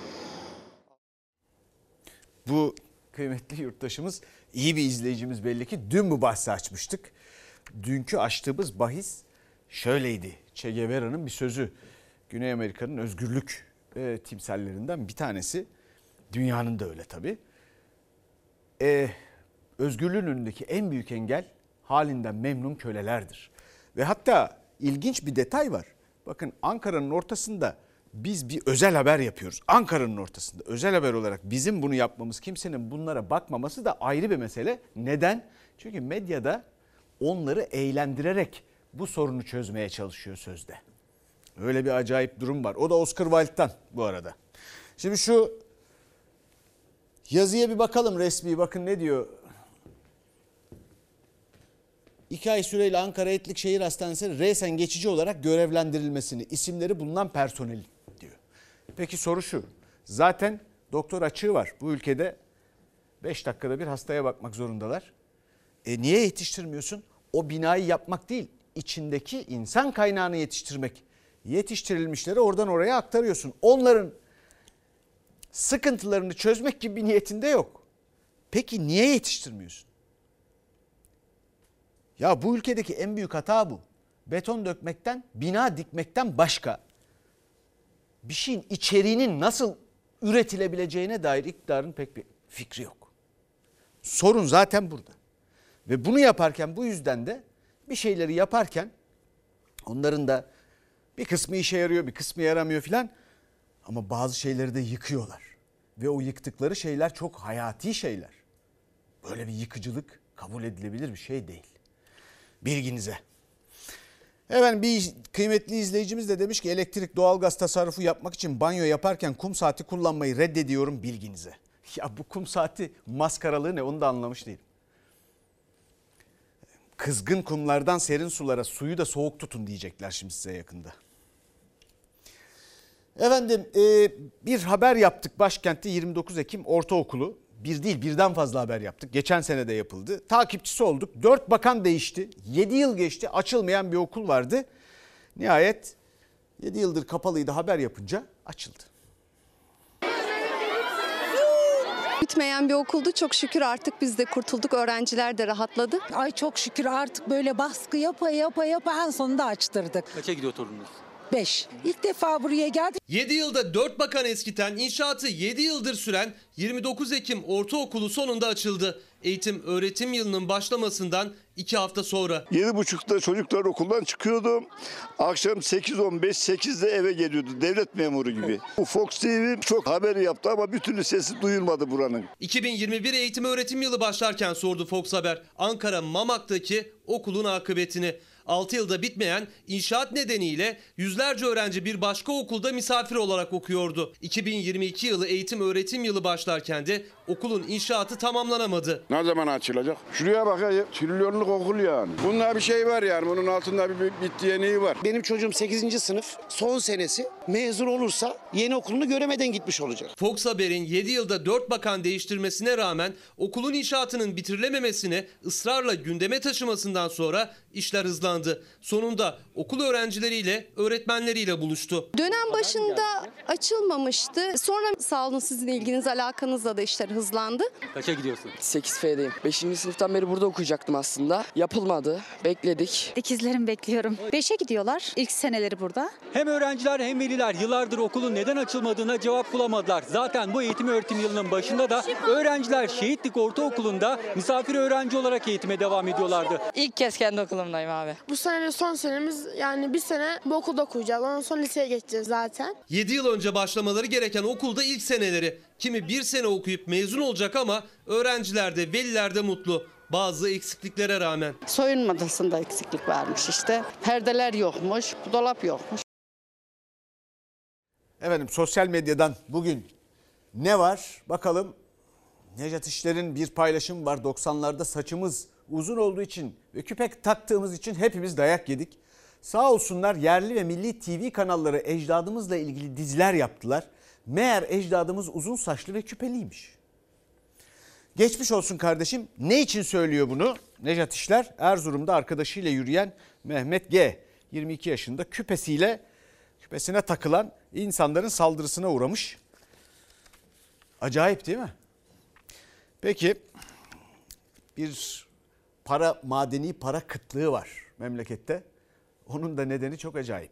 Bu kıymetli yurttaşımız iyi bir izleyicimiz belli ki. Dün bu bahsi açmıştık. Dünkü açtığımız bahis şöyleydi. Che Guevara'nın bir sözü. Güney Amerika'nın özgürlük e, timsallerinden bir tanesi. Dünyanın da öyle tabii. E, özgürlüğün önündeki en büyük engel halinden memnun kölelerdir. Ve hatta ilginç bir detay var. Bakın Ankara'nın ortasında biz bir özel haber yapıyoruz. Ankara'nın ortasında özel haber olarak bizim bunu yapmamız, kimsenin bunlara bakmaması da ayrı bir mesele. Neden? Çünkü medyada onları eğlendirerek bu sorunu çözmeye çalışıyor sözde. Öyle bir acayip durum var. O da Oscar Wilde'tan bu arada. Şimdi şu yazıya bir bakalım resmi. Bakın ne diyor. İki ay süreyle Ankara Etlik Şehir Hastanesi resen geçici olarak görevlendirilmesini, isimleri bulunan personel diyor. Peki soru şu. Zaten doktor açığı var. Bu ülkede beş dakikada bir hastaya bakmak zorundalar. E niye yetiştirmiyorsun? O binayı yapmak değil, içindeki insan kaynağını yetiştirmek. Yetiştirilmişleri oradan oraya aktarıyorsun. Onların sıkıntılarını çözmek gibi bir niyetinde yok. Peki niye yetiştirmiyorsun? Ya bu ülkedeki en büyük hata bu. Beton dökmekten, bina dikmekten başka bir şeyin içeriğinin nasıl üretilebileceğine dair iktidarın pek bir fikri yok. Sorun zaten burada. Ve bunu yaparken bu yüzden de bir şeyleri yaparken onların da bir kısmı işe yarıyor, bir kısmı yaramıyor filan. Ama bazı şeyleri de yıkıyorlar. Ve o yıktıkları şeyler çok hayati şeyler. Böyle bir yıkıcılık kabul edilebilir bir şey değil. Bilginize. Efendim bir kıymetli izleyicimiz de demiş ki elektrik doğalgaz tasarrufu yapmak için banyo yaparken kum saati kullanmayı reddediyorum bilginize. Ya bu kum saati maskaralığı ne onu da anlamış değilim. Kızgın kumlardan serin sulara suyu da soğuk tutun diyecekler şimdi size yakında. Efendim bir haber yaptık başkentte yirmi dokuz Ekim Ortaokulu. Bir değil birden fazla haber yaptık. Geçen sene de yapıldı. Takipçisi olduk. Dört bakan değişti. Yedi yıl geçti. Açılmayan bir okul vardı. Nihayet yedi yıldır kapalıydı haber yapınca açıldı. Bitmeyen bir okuldu. Çok şükür artık biz de kurtulduk. Öğrenciler de rahatladı. Ay çok şükür artık böyle baskı yapa yapa yapa en sonunda açtırdık. Kaça gidiyor torununuz? beş. İlk defa buraya geldik. yedi yılda dört bakan eskiten, inşaatı yedi yıldır süren yirmi dokuz Ekim Ortaokulu sonunda açıldı. Eğitim öğretim yılının başlamasından iki hafta sonra. Yedi buçukta çocuklar okuldan çıkıyordu. Akşam sekiz on beş sekizde eve geliyordu. Devlet memuru gibi. Bu Fox T V çok haberi yaptı ama bir türlü sesi duyulmadı buranın. iki bin yirmi bir eğitim öğretim yılı başlarken sordu Fox Haber Ankara Mamak'taki okulun akıbetini. altı yılda bitmeyen inşaat nedeniyle yüzlerce öğrenci bir başka okulda misafir olarak okuyordu. iki bin yirmi iki yılı eğitim öğretim yılı başlarken de okulun inşaatı tamamlanamadı. Ne zaman açılacak? Şuraya bak ya, trilyonluk okul yani. Bunda bir şey var yani, bunun altında bir, bir bittiği var. Benim çocuğum sekizinci sınıf son senesi, mezun olursa yeni okulunu göremeden gitmiş olacak. Fox Haber'in yedi yılda dört bakan değiştirmesine rağmen okulun inşaatının bitirilememesini ısrarla gündeme taşımasından sonra işler hızlandı. Sonunda okul öğrencileriyle, öğretmenleriyle buluştu. Dönem başında açılmamıştı. Sonra sağ olun sizin ilginiz alakanızla da işler hızlandı. Kaça gidiyorsun? sekiz F'deyim. beşinci sınıftan beri burada okuyacaktım aslında. Yapılmadı. Bekledik. İkizlerimi bekliyorum. beşe gidiyorlar. İlk seneleri burada. Hem öğrenciler hem veliler yıllardır okulun neden açılmadığına cevap bulamadılar. Zaten bu eğitim öğretim yılının başında da öğrenciler Şehitlik Ortaokulu'nda misafir öğrenci olarak eğitime devam ediyorlardı. İlk kez kendi okulumdayım abi. Bu sene son senemiz, yani bir sene bu okulda okuyacağız. Ondan sonra liseye geçeceğiz zaten. yedi yıl önce başlamaları gereken okulda ilk seneleri. Kimi bir sene okuyup mezun olacak ama öğrenciler de veliler de mutlu. Bazı eksikliklere rağmen. Soyunma odasında eksiklik varmış işte. Perdeler yokmuş, dolap yokmuş. Efendim sosyal medyadan bugün ne var? Bakalım. Nejat İşler'in bir paylaşım var. doksanlarda saçımız uzun olduğu için ve küpek taktığımız için hepimiz dayak yedik. Sağ olsunlar yerli ve milli T V kanalları ecdadımızla ilgili diziler yaptılar. Meğer ecdadımız uzun saçlı ve küpeliymiş. Geçmiş olsun kardeşim. Ne için söylüyor bunu? Nejat İşler Erzurum'da arkadaşıyla yürüyen Mehmet G. yirmi iki yaşında küpesiyle küpesine takılan insanların saldırısına uğramış. Acayip değil mi? Peki bir para madeni para kıtlığı var memlekette. Onun da nedeni çok acayip.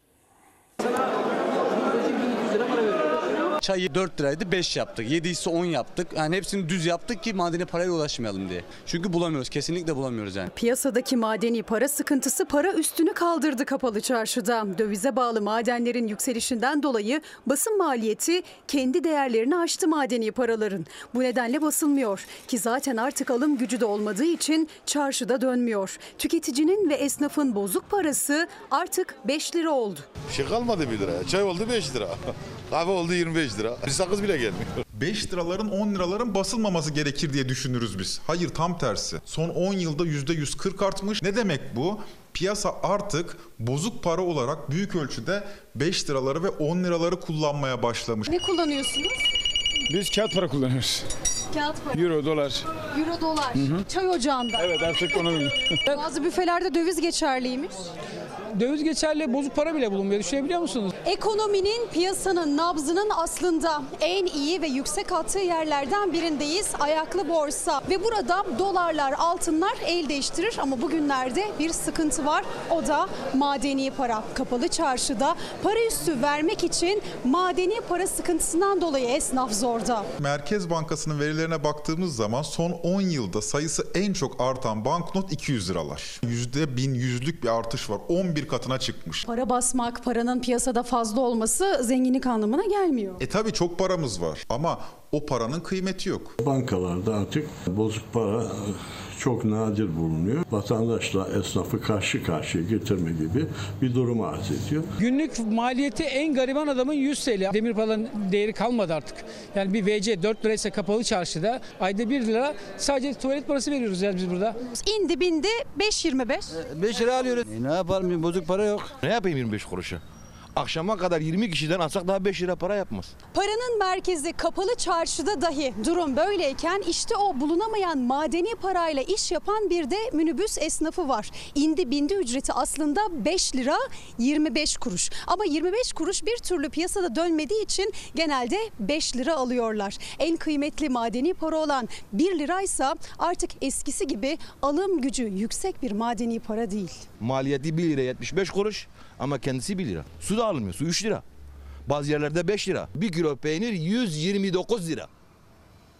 Çayı dört liraydı beş yaptık. yedi ise on yaptık. Yani hepsini düz yaptık ki madeni parayla ulaşmayalım diye. Çünkü bulamıyoruz. Kesinlikle bulamıyoruz yani. Piyasadaki madeni para sıkıntısı para üstünü kaldırdı kapalı çarşıda. Dövize bağlı madenlerin yükselişinden dolayı basın maliyeti kendi değerlerini aştı madeni paraların. Bu nedenle basılmıyor ki zaten artık alım gücü de olmadığı için çarşıda dönmüyor. Tüketicinin ve esnafın bozuk parası artık beş lira oldu. Bir şey kalmadı bir liraya. Çay oldu beş lira. Kahve oldu yirmi beş lira. Bir sakız bile gelmiyor. beş liraların on liraların basılmaması gerekir diye düşünürüz biz. Hayır, tam tersi. Son on yılda yüzde yüz kırk artmış. Ne demek bu? Piyasa artık bozuk para olarak büyük ölçüde beş liraları ve on liraları kullanmaya başlamış. Ne kullanıyorsunuz? Biz kağıt para kullanıyoruz. Kağıt para. Euro, dolar. Euro, dolar. Hı hı. Çay ocağında. Evet, artık onu Bazı büfelerde döviz geçerliymiş. Döviz geçerli, bozuk para bile bulunmuyor. Düşünebiliyor musunuz? Ekonominin, piyasanın nabzının aslında en iyi ve yüksek attığı yerlerden birindeyiz. Ayaklı borsa ve burada dolarlar, altınlar el değiştirir ama bugünlerde bir sıkıntı var. O da madeni para. Kapalı çarşıda para üstü vermek için madeni para sıkıntısından dolayı esnaf zorda. Merkez Bankası'nın verilerine baktığımız zaman son on yılda sayısı en çok artan banknot iki yüz liralar. yüzde bin yüzlük bir artış var. on bir katına çıkmış. Para basmak, paranın piyasada fazla olması zenginlik anlamına gelmiyor. E tabii çok paramız var ama o paranın kıymeti yok. Bankalarda artık bozuk para çok nadir bulunuyor. Vatandaşla esnafı karşı karşıya getirme gibi bir durum arz ediyor. Günlük maliyeti en gariban adamın yüz TL. Demir paranın değeri kalmadı artık. Yani bir V C dört liraysa kapalı çarşıda ayda bir lira sadece tuvalet parası veriyoruz yani biz burada. İndi bindi beş yirmi beş. beş lira alıyoruz. E ne yapalım, bozuk para yok. Ne yapayım yirmi beş kuruşa? Akşama kadar yirmi kişiden alsak daha beş lira para yapmaz. Paranın merkezi kapalı çarşıda dahi durum böyleyken işte o bulunamayan madeni parayla iş yapan bir de minibüs esnafı var. İndi bindi ücreti aslında beş lira yirmi beş kuruş. Ama yirmi beş kuruş bir türlü piyasada dönmediği için genelde beş lira alıyorlar. En kıymetli madeni para olan bir liraysa artık eskisi gibi alım gücü yüksek bir madeni para değil. Maliyeti bir lira yetmiş beş kuruş ama kendisi bir lira. Su da almıyor. Su üç lira. Bazı yerlerde beş lira. Bir kilo peynir yüz yirmi dokuz lira.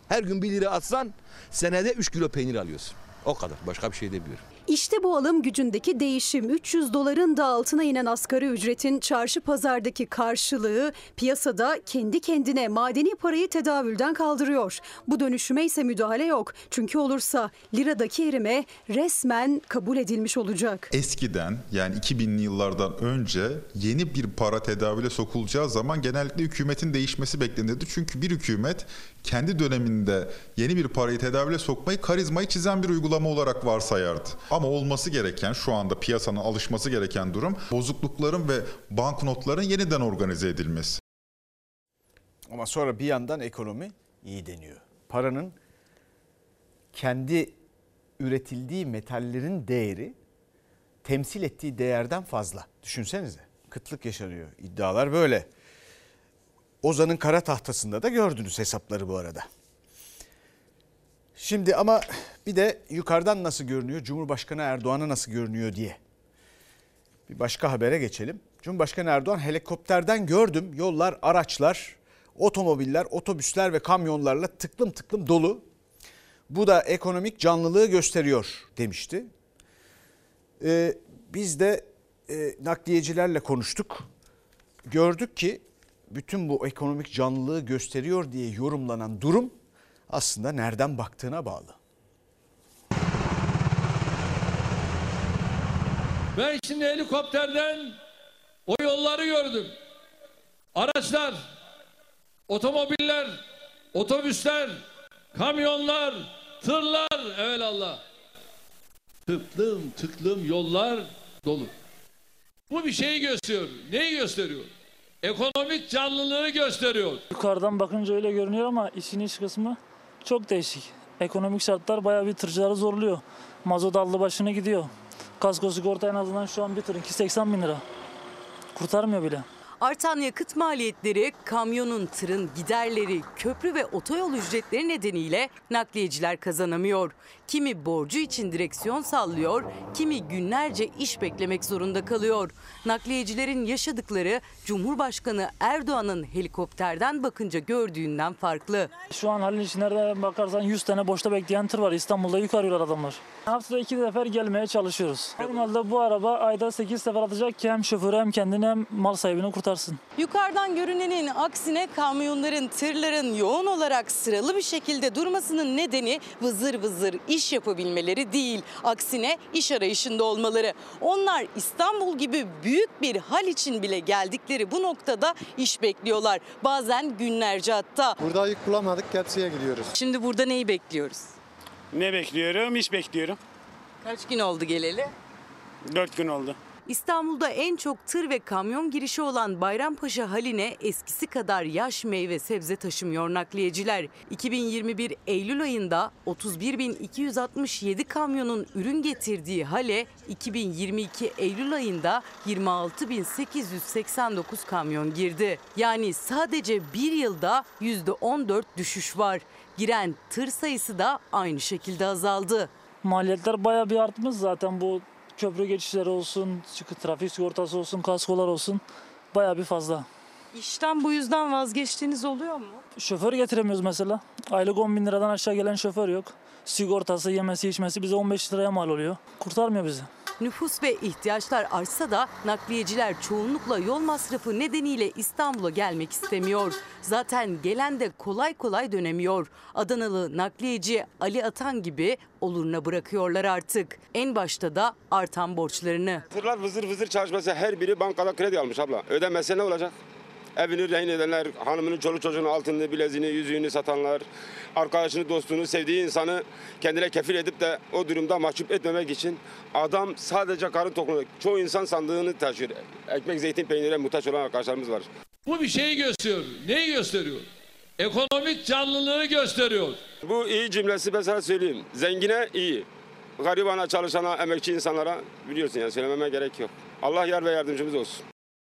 Her gün bir lira atsan senede üç kilo peynir alıyorsun. O kadar. Başka bir şey demiyorum. İşte bu alım gücündeki değişim. üç yüz doların da altına inen asgari ücretin çarşı pazardaki karşılığı piyasada kendi kendine madeni parayı tedavülden kaldırıyor. Bu dönüşüme ise müdahale yok. Çünkü olursa liradaki erime resmen kabul edilmiş olacak. Eskiden yani iki binli yıllardan önce yeni bir para tedavüle sokulacağı zaman genellikle hükümetin değişmesi beklenirdi. Çünkü bir hükümet kendi döneminde yeni bir parayı tedavüle sokmayı karizmayı çizen bir uygulama olarak varsayardı. Ama olması gereken, şu anda piyasanın alışması gereken durum bozuklukların ve banknotların yeniden organize edilmesi. Ama sonra bir yandan ekonomi iyi deniyor. Paranın kendi üretildiği metallerin değeri temsil ettiği değerden fazla. Düşünsenize, kıtlık yaşanıyor. İddialar böyle. Ozan'ın kara tahtasında da gördünüz hesapları bu arada. Şimdi ama bir de yukarıdan nasıl görünüyor, Cumhurbaşkanı Erdoğan'a nasıl görünüyor diye bir başka habere geçelim. Cumhurbaşkanı Erdoğan helikopterden gördüm, yollar, araçlar, otomobiller, otobüsler ve kamyonlarla tıklım tıklım dolu. Bu da ekonomik canlılığı gösteriyor demişti. Ee, biz de e, nakliyecilerle konuştuk. Gördük ki bütün bu ekonomik canlılığı gösteriyor diye yorumlanan durum aslında nereden baktığına bağlı. Ben şimdi helikopterden o yolları gördüm. Araçlar, otomobiller, otobüsler, kamyonlar, tırlar, evelallah. Tıklım tıklım yollar dolu. Bu bir şeyi gösteriyor. Neyi gösteriyor? Ekonomik canlılığı gösteriyor. Yukarıdan bakınca öyle görünüyor ama işin iç kısmı çok değişik. Ekonomik şartlar bayağı bir tırcıları zorluyor. Mazot aldı başını gidiyor. Kasko sigorta en azından şu an bir tırınki seksen bin lira. Kurtarmıyor bile. Artan yakıt maliyetleri, kamyonun, tırın giderleri, köprü ve otoyol ücretleri nedeniyle nakliyeciler kazanamıyor. Kimi borcu için direksiyon sallıyor, kimi günlerce iş beklemek zorunda kalıyor. Nakliyecilerin yaşadıkları Cumhurbaşkanı Erdoğan'ın helikopterden bakınca gördüğünden farklı. Şu an halin için nereden bakarsan yüz tane boşta bekleyen tır var. İstanbul'da yük arıyorlar adamlar. Haftada iki sefer gelmeye çalışıyoruz. Normalde bu araba ayda sekiz sefer atacak ki hem şoförü hem kendini hem mal sahibini kurtarsın. Yukarıdan görünenin aksine kamyonların, tırların yoğun olarak sıralı bir şekilde durmasının nedeni vızır vızır iş yapabilmeleri değil. Aksine iş arayışında olmaları. Onlar İstanbul gibi büyük bir hal için bile geldikleri bu noktada iş bekliyorlar. Bazen günlerce hatta. Burada yük bulamadık, Kepsi'ye gidiyoruz. Şimdi burada neyi bekliyoruz? Ne bekliyorum? İş bekliyorum. Kaç gün oldu geleli? Dört gün oldu. İstanbul'da en çok tır ve kamyon girişi olan Bayrampaşa haline eskisi kadar yaş meyve sebze taşımıyor nakliyeciler. iki bin yirmi bir Eylül ayında otuz bir bin iki yüz altmış yedi kamyonun ürün getirdiği hale iki bin yirmi iki Eylül ayında yirmi altı bin sekiz yüz seksen dokuz kamyon girdi. Yani sadece bir yılda yüzde on dört düşüş var. Giren tır sayısı da aynı şekilde azaldı. Maliyetler bayağı bir artmış zaten bu. Köprü geçişleri olsun, trafik sigortası olsun, kaskolar olsun bayağı bir fazla. İşten bu yüzden vazgeçtiğiniz oluyor mu? Şoför getiremiyoruz mesela. Aylık on bin liradan aşağı gelen şoför yok. Sigortası, yemesi, içmesi bize on beş liraya mal oluyor. Kurtarmıyor bizi. Nüfus ve ihtiyaçlar artsa da nakliyeciler çoğunlukla yol masrafı nedeniyle İstanbul'a gelmek istemiyor. Zaten gelen de kolay kolay dönemiyor. Adanalı nakliyeci Ali Atan gibi oluruna bırakıyorlar artık. En başta da artan borçlarını. Tırlar vızır vızır çalışmasa her biri bankada kredi almış abla. Ödemezse ne olacak? Evini rehin edenler, hanımının, çoluk çocuğunun altını, bileziğini, yüzüğünü satanlar, arkadaşını, dostunu, sevdiği insanı kendine kefil edip de o durumda mahcup etmemek için adam sadece karın tokluğunu, çoğu insan sandığını taşıyor. Ekmek, zeytin, peynire muhtaç olan arkadaşlarımız var. Bu bir şeyi gösteriyor. Neyi gösteriyor? Ekonomik canlılığı gösteriyor. Bu iyi cümlesi ben sana söyleyeyim. Zengine iyi. Garibana, çalışana, emekçi insanlara biliyorsun yani söylememe gerek yok. Allah yar ve yardımcımız olsun.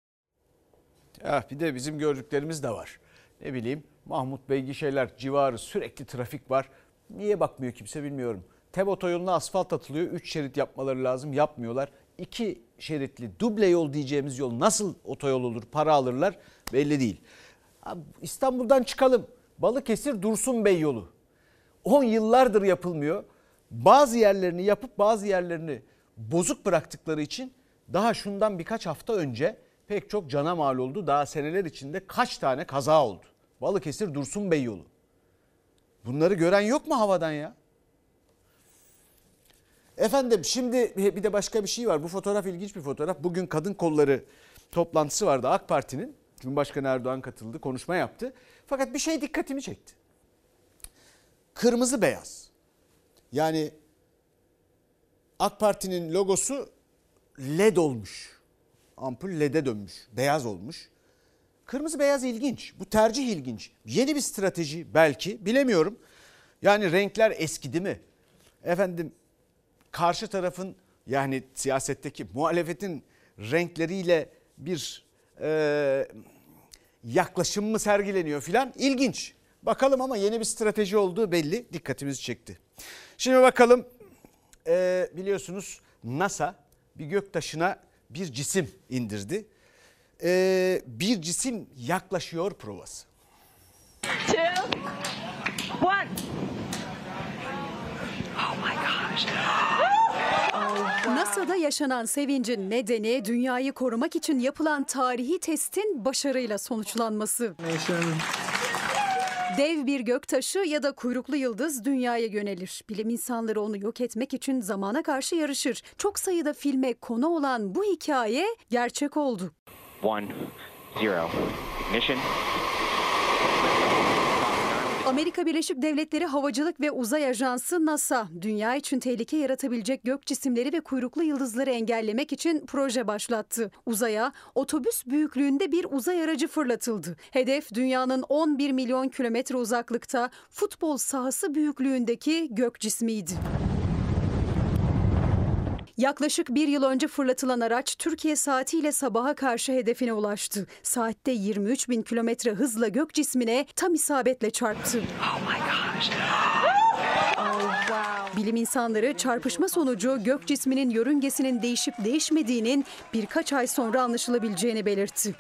Ya bir de bizim gördüklerimiz de var. Ne bileyim Mahmut Bey gişeler civarı sürekli trafik var. Niye bakmıyor kimse bilmiyorum. T E B otoyoluna asfalt atılıyor. üç şerit yapmaları lazım, yapmıyorlar. iki şeritli duble yol diyeceğimiz yol nasıl otoyol olur, para alırlar belli değil. Abi, İstanbul'dan çıkalım. Balıkesir Dursun Bey yolu. on yıllardır yapılmıyor. Bazı yerlerini yapıp bazı yerlerini bozuk bıraktıkları için daha şundan birkaç hafta önce pek çok cana mal oldu. Daha seneler içinde kaç tane kaza oldu. Balıkesir Dursunbey yolu. Bunları gören yok mu havadan ya? Efendim şimdi bir de başka bir şey var. Bu fotoğraf ilginç bir fotoğraf. Bugün kadın kolları toplantısı vardı AK Parti'nin. Cumhurbaşkanı Erdoğan katıldı, konuşma yaptı. Fakat bir şey dikkatimi çekti. Kırmızı beyaz. Yani AK Parti'nin logosu led olmuş. Ampul lede dönmüş. Beyaz olmuş. Kırmızı beyaz ilginç. Bu tercih ilginç. Yeni bir strateji belki, bilemiyorum. Yani renkler eskidi mi? Efendim karşı tarafın, yani siyasetteki muhalefetin renkleriyle bir e, yaklaşım mı sergileniyor filan, ilginç. Bakalım ama yeni bir strateji olduğu belli, dikkatimizi çekti. Şimdi bakalım, e, biliyorsunuz NASA bir göktaşına bir cisim indirdi. E, bir cisim yaklaşıyor provası. Two, one. Oh my gosh. NASA'da yaşanan sevincin nedeni dünyayı korumak için yapılan tarihi testin başarıyla sonuçlanması. Dev bir göktaşı ya da kuyruklu yıldız dünyaya yönelir. Bilim insanları onu yok etmek için zamana karşı yarışır. Çok sayıda filme konu olan bu hikaye gerçek oldu. One, zero, ignition. Amerika Birleşik Devletleri Havacılık ve Uzay Ajansı NASA, dünya için tehlike yaratabilecek gök cisimleri ve kuyruklu yıldızları engellemek için proje başlattı. Uzaya otobüs büyüklüğünde bir uzay aracı fırlatıldı. Hedef dünyanın on bir milyon kilometre uzaklıkta futbol sahası büyüklüğündeki gök cismiydi. Yaklaşık bir yıl önce fırlatılan araç Türkiye saatiyle sabaha karşı hedefine ulaştı. Saatte yirmi üç bin kilometre hızla gök cismine tam isabetle çarptı. Oh my gosh. Oh, wow. Bilim insanları çarpışma sonucu gök cisminin yörüngesinin değişip değişmediğinin birkaç ay sonra anlaşılabileceğini belirtti.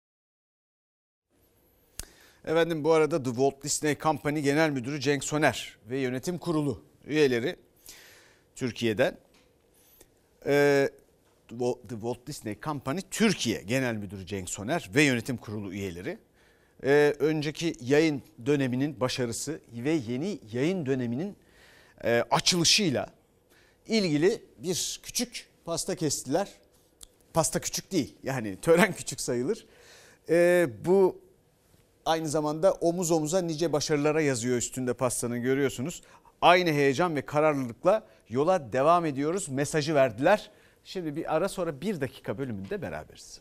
Efendim bu arada The Walt Disney Company Genel Müdürü Cenk Soner ve Yönetim Kurulu üyeleri Türkiye'den, The Walt Disney Company Türkiye Genel Müdürü Cenk Soner ve Yönetim Kurulu üyeleri önceki yayın döneminin başarısı ve yeni yayın döneminin açılışıyla ilgili bir küçük pasta kestiler. Pasta küçük değil, yani tören küçük sayılır. Bu aynı zamanda omuz omuza nice başarılara yazıyor üstünde pastanın, görüyorsunuz. Aynı heyecan ve kararlılıkla yola devam ediyoruz mesajı verdiler. Şimdi bir ara sonra bir dakika bölümünde beraberiz.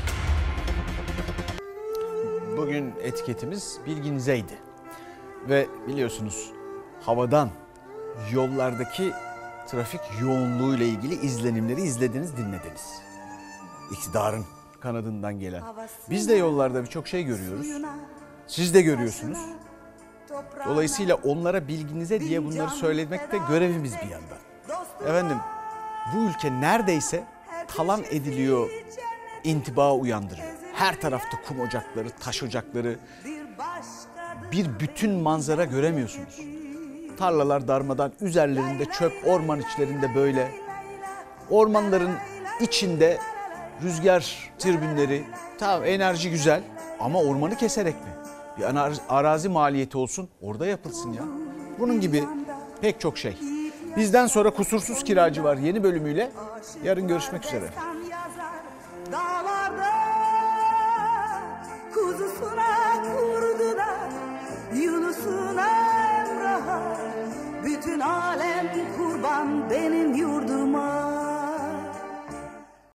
Bugün etiketimiz bilginizeydi. Ve biliyorsunuz havadan yollardaki trafik yoğunluğu ile ilgili izlenimleri izlediniz, dinlediniz. İktidarın kanadından gelen. Biz de yollarda birçok şey görüyoruz. Siz de görüyorsunuz. Dolayısıyla onlara bilginize diye bunları söylemek de görevimiz bir yandan. Efendim bu ülke neredeyse talan ediliyor intibağı uyandırıyor. Her tarafta kum ocakları, taş ocakları, bir bütün manzara göremiyorsunuz. Tarlalar darmadan, üzerlerinde çöp, orman içlerinde böyle. Ormanların içinde rüzgar tribünleri, tamam enerji güzel ama ormanı keserek mi? Bir arazi maliyeti olsun, orada yapılsın ya. Bunun gibi pek çok şey. Bizden sonra Kusursuz Kiracı var yeni bölümüyle. Yarın görüşmek üzere. Dağlarda kuzusuna kurdular, Yunus'una Emrah'a, bütün alem kurban benim yurdum.